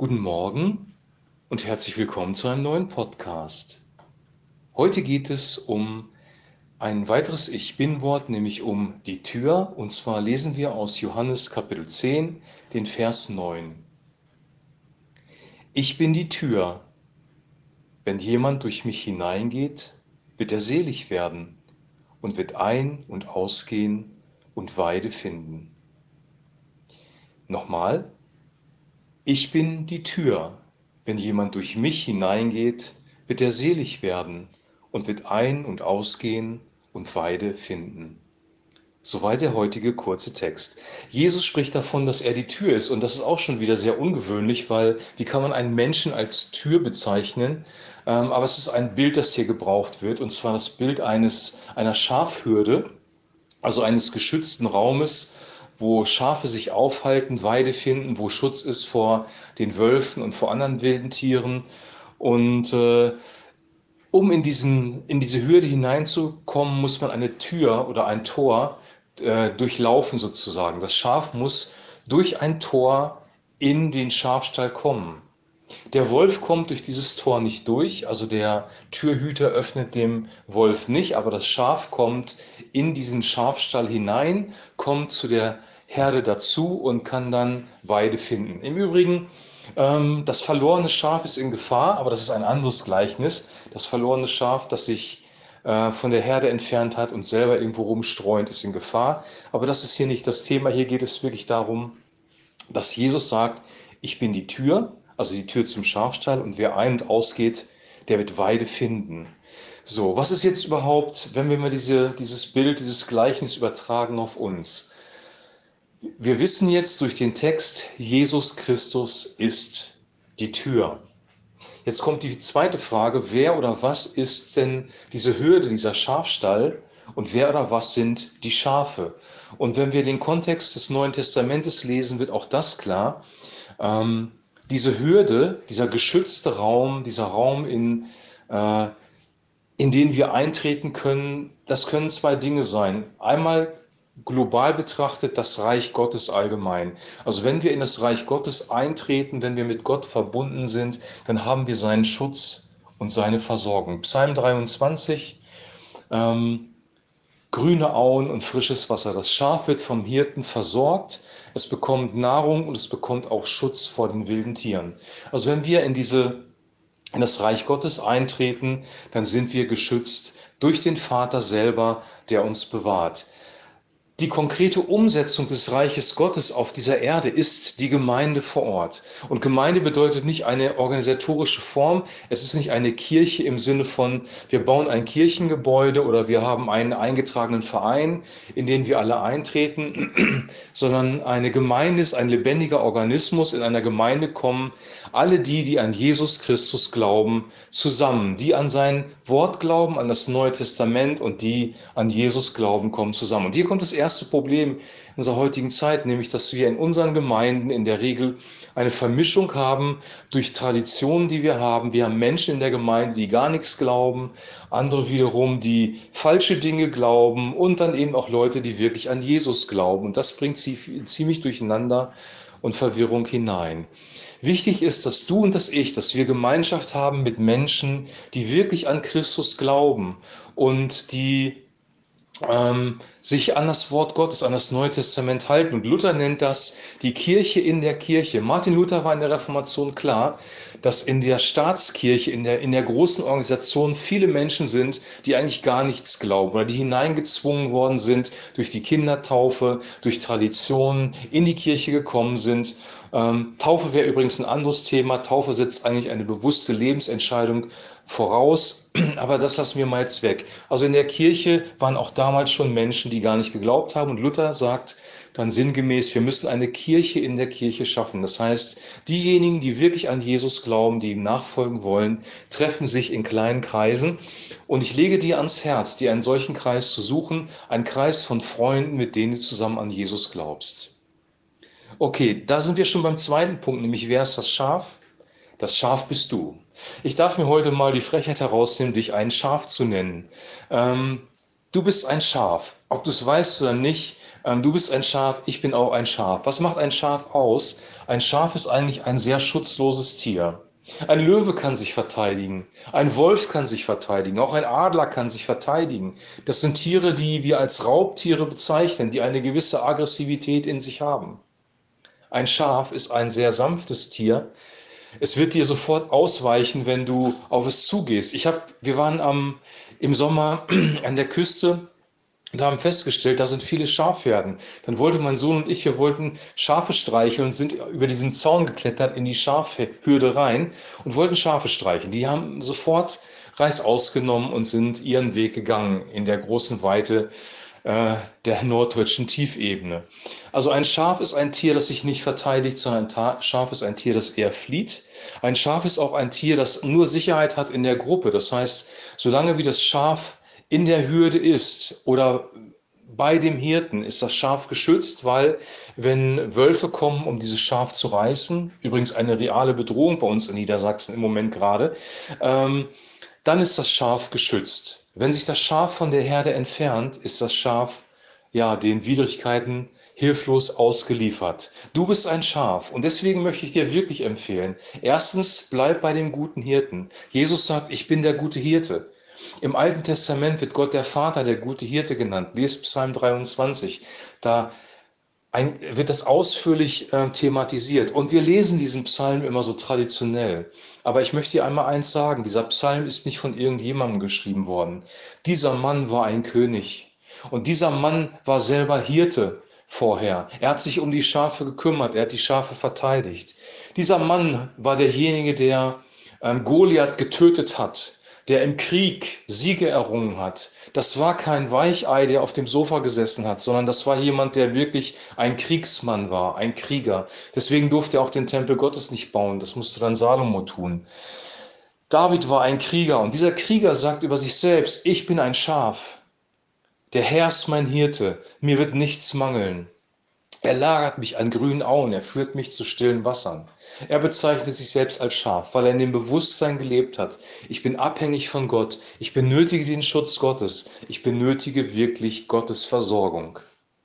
Guten Morgen und herzlich willkommen zu einem neuen Podcast. Heute geht es um ein weiteres Ich Bin-Wort, nämlich um die Tür. Und zwar lesen wir aus Johannes Kapitel 10, den Vers 9. Ich bin die Tür. Wenn jemand durch mich hineingeht, wird er selig werden und wird ein- und ausgehen und Weide finden. Nochmal. Ich bin die Tür. Wenn jemand durch mich hineingeht, wird er selig werden und wird ein- und ausgehen und Weide finden. Soweit der heutige kurze Text. Jesus spricht davon, dass er die Tür ist, und das ist auch schon wieder sehr ungewöhnlich, weil wie kann man einen Menschen als Tür bezeichnen? Aber es ist ein Bild, das hier gebraucht wird, und zwar das Bild einer Schafhürde, also eines geschützten Raumes, wo Schafe sich aufhalten, Weide finden, wo Schutz ist vor den Wölfen und vor anderen wilden Tieren. Und um in diese Hürde hineinzukommen, muss man eine Tür oder ein Tor durchlaufen sozusagen. Das Schaf muss durch ein Tor in den Schafstall kommen. Der Wolf kommt durch dieses Tor nicht durch, also der Türhüter öffnet dem Wolf nicht, aber das Schaf kommt in diesen Schafstall hinein, kommt zu der Herde dazu und kann dann Weide finden. Im Übrigen, das verlorene Schaf ist in Gefahr, aber das ist ein anderes Gleichnis. Das verlorene Schaf, das sich von der Herde entfernt hat und selber irgendwo rumstreuend, ist in Gefahr. Aber das ist hier nicht das Thema. Hier geht es wirklich darum, dass Jesus sagt, ich bin die Tür, also die Tür zum Schafstall, und wer ein- und ausgeht, der wird Weide finden. So, was ist jetzt überhaupt, wenn wir mal dieses Bild, dieses Gleichnis übertragen auf uns? Wir wissen jetzt durch den Text, Jesus Christus ist die Tür. Jetzt kommt die zweite Frage, wer oder was ist denn diese Hürde, dieser Schafstall, und wer oder was sind die Schafe? Und wenn wir den Kontext des Neuen Testamentes lesen, wird auch das klar. Diese Hürde, dieser geschützte Raum, dieser Raum, äh, in den wir eintreten können, das können zwei Dinge sein. Einmal global betrachtet das Reich Gottes allgemein. Also wenn wir in das Reich Gottes eintreten, wenn wir mit Gott verbunden sind, dann haben wir seinen Schutz und seine Versorgung. Psalm 23, grüne Auen und frisches Wasser. Das Schaf wird vom Hirten versorgt, es bekommt Nahrung und es bekommt auch Schutz vor den wilden Tieren. Also wenn wir in das Reich Gottes eintreten, dann sind wir geschützt durch den Vater selber, der uns bewahrt. Die konkrete Umsetzung des Reiches Gottes auf dieser Erde ist die Gemeinde vor Ort. Und Gemeinde bedeutet nicht eine organisatorische Form. Es ist nicht eine Kirche im Sinne von, wir bauen ein Kirchengebäude oder wir haben einen eingetragenen Verein, in den wir alle eintreten, sondern eine Gemeinde ist ein lebendiger Organismus. In einer Gemeinde kommen alle die an Jesus Christus glauben, zusammen. Die an sein Wort glauben, an das Neue Testament, und die an Jesus glauben, kommen zusammen. Und hier kommt das erste Problem in unserer heutigen Zeit, nämlich, dass wir in unseren Gemeinden in der Regel eine Vermischung haben durch Traditionen, die wir haben. Wir haben Menschen in der Gemeinde, die gar nichts glauben, andere wiederum, die falsche Dinge glauben, und dann eben auch Leute, die wirklich an Jesus glauben. Und das bringt sie ziemlich durcheinander und Verwirrung hinein. Wichtig ist, dass du und dass wir Gemeinschaft haben mit Menschen, die wirklich an Christus glauben und die sich an das Wort Gottes, an das Neue Testament halten. Und Luther nennt das die Kirche in der Kirche. Martin Luther war in der Reformation klar, dass in der Staatskirche, in der großen Organisation viele Menschen sind, die eigentlich gar nichts glauben oder die hineingezwungen worden sind durch die Kindertaufe, durch Traditionen, in die Kirche gekommen sind. Taufe wäre übrigens ein anderes Thema. Taufe setzt eigentlich eine bewusste Lebensentscheidung voraus, aber das lassen wir mal jetzt weg. Also in der Kirche waren auch damals schon Menschen, die gar nicht geglaubt haben, und Luther sagt dann sinngemäß, wir müssen eine Kirche in der Kirche schaffen. Das heißt, diejenigen, die wirklich an Jesus glauben, die ihm nachfolgen wollen, treffen sich in kleinen Kreisen, und ich lege dir ans Herz, dir einen solchen Kreis zu suchen, einen Kreis von Freunden, mit denen du zusammen an Jesus glaubst. Okay, da sind wir schon beim zweiten Punkt, nämlich wer ist das Schaf? Das Schaf bist du. Ich darf mir heute mal die Frechheit herausnehmen, dich ein Schaf zu nennen. Du bist ein Schaf. Ob du es weißt oder nicht, Du bist ein Schaf, ich bin auch ein Schaf. Was macht ein Schaf aus? Ein Schaf ist eigentlich ein sehr schutzloses Tier. Ein Löwe kann sich verteidigen, ein Wolf kann sich verteidigen, auch ein Adler kann sich verteidigen. Das sind Tiere, die wir als Raubtiere bezeichnen, die eine gewisse Aggressivität in sich haben. Ein Schaf ist ein sehr sanftes Tier. Es wird dir sofort ausweichen, wenn du auf es zugehst. Wir waren im Sommer an der Küste und haben festgestellt, da sind viele Schafherden. Dann wollte mein Sohn und ich, wir wollten Schafe streicheln und sind über diesen Zaun geklettert in die Schafhürde rein und wollten Schafe streicheln. Die haben sofort Reißaus genommen und sind ihren Weg gegangen in der großen Weite der norddeutschen Tiefebene. Also ein Schaf ist ein Tier, das sich nicht verteidigt, sondern ein Schaf ist ein Tier, das eher flieht. Ein Schaf ist auch ein Tier, das nur Sicherheit hat in der Gruppe. Das heißt, solange wie das Schaf in der Hürde ist oder bei dem Hirten, ist das Schaf geschützt, weil wenn Wölfe kommen, um dieses Schaf zu reißen, übrigens eine reale Bedrohung bei uns in Niedersachsen im Moment gerade, dann ist das Schaf geschützt. Wenn sich das Schaf von der Herde entfernt, ist das Schaf ja den Widrigkeiten hilflos ausgeliefert. Du bist ein Schaf und deswegen möchte ich dir wirklich empfehlen. Erstens, bleib bei dem guten Hirten. Jesus sagt, ich bin der gute Hirte. Im Alten Testament wird Gott der Vater, der gute Hirte genannt. Lest Psalm 23. Da wird das ausführlich thematisiert. Und wir lesen diesen Psalm immer so traditionell. Aber ich möchte dir einmal eins sagen, dieser Psalm ist nicht von irgendjemandem geschrieben worden. Dieser Mann war ein König. Und dieser Mann war selber Hirte vorher. Er hat sich um die Schafe gekümmert, er hat die Schafe verteidigt. Dieser Mann war derjenige, der Goliath getötet hat, der im Krieg Siege errungen hat. Das war kein Weichei, der auf dem Sofa gesessen hat, sondern das war jemand, der wirklich ein Kriegsmann war, ein Krieger. Deswegen durfte er auch den Tempel Gottes nicht bauen, das musste dann Salomo tun. David war ein Krieger und dieser Krieger sagt über sich selbst, ich bin ein Schaf, der Herr ist mein Hirte, mir wird nichts mangeln. Er lagert mich an grünen Auen, er führt mich zu stillen Wassern. Er bezeichnet sich selbst als Schaf, weil er in dem Bewusstsein gelebt hat. Ich bin abhängig von Gott, ich benötige den Schutz Gottes, ich benötige wirklich Gottes Versorgung.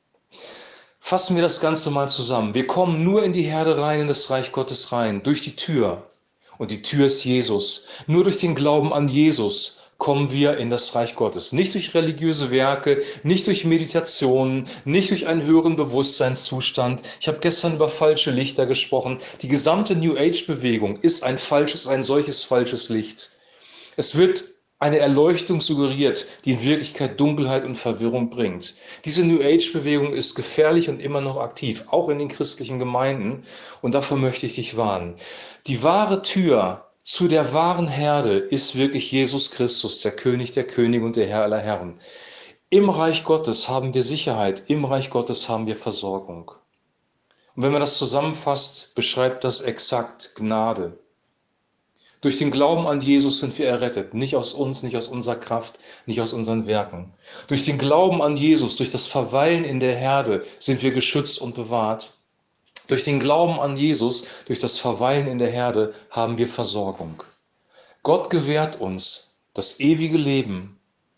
Fassen wir das Ganze mal zusammen. Wir kommen nur in die Herde rein, in das Reich Gottes rein, durch die Tür. Und die Tür ist Jesus. Nur durch den Glauben an Jesus kommen wir in das Reich Gottes. Nicht durch religiöse Werke, nicht durch Meditationen, nicht durch einen höheren Bewusstseinszustand. Ich habe gestern über falsche Lichter gesprochen. Die gesamte New Age-Bewegung ist ein solches falsches Licht. Es wird eine Erleuchtung suggeriert, die in Wirklichkeit Dunkelheit und Verwirrung bringt. Diese New Age-Bewegung ist gefährlich und immer noch aktiv, auch in den christlichen Gemeinden. Und davor möchte ich dich warnen. Die wahre Tür zu der wahren Herde ist wirklich Jesus Christus, der König der Könige und der Herr aller Herren. Im Reich Gottes haben wir Sicherheit, im Reich Gottes haben wir Versorgung. Und wenn man das zusammenfasst, beschreibt das exakt Gnade. Durch den Glauben an Jesus sind wir errettet, nicht aus uns, nicht aus unserer Kraft, nicht aus unseren Werken. Durch den Glauben an Jesus, durch das Verweilen in der Herde sind wir geschützt und bewahrt. Durch den Glauben an Jesus, durch das Verweilen in der Herde haben wir Versorgung. Gott gewährt uns das ewige Leben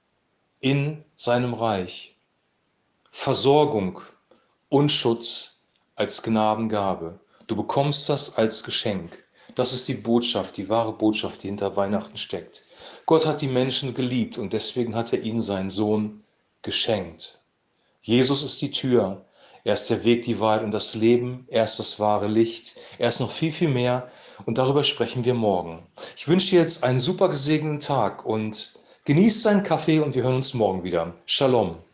in seinem Reich, Versorgung und Schutz als Gnadengabe. Du bekommst das als Geschenk. Das ist die Botschaft, die wahre Botschaft, die hinter Weihnachten steckt. Gott hat die Menschen geliebt und deswegen hat er ihnen seinen Sohn geschenkt. Jesus ist die Tür. Er ist der Weg, die Wahrheit und das Leben. Er ist das wahre Licht. Er ist noch viel, viel mehr und darüber sprechen wir morgen. Ich wünsche dir jetzt einen super gesegneten Tag und genieß deinen Kaffee und wir hören uns morgen wieder. Shalom.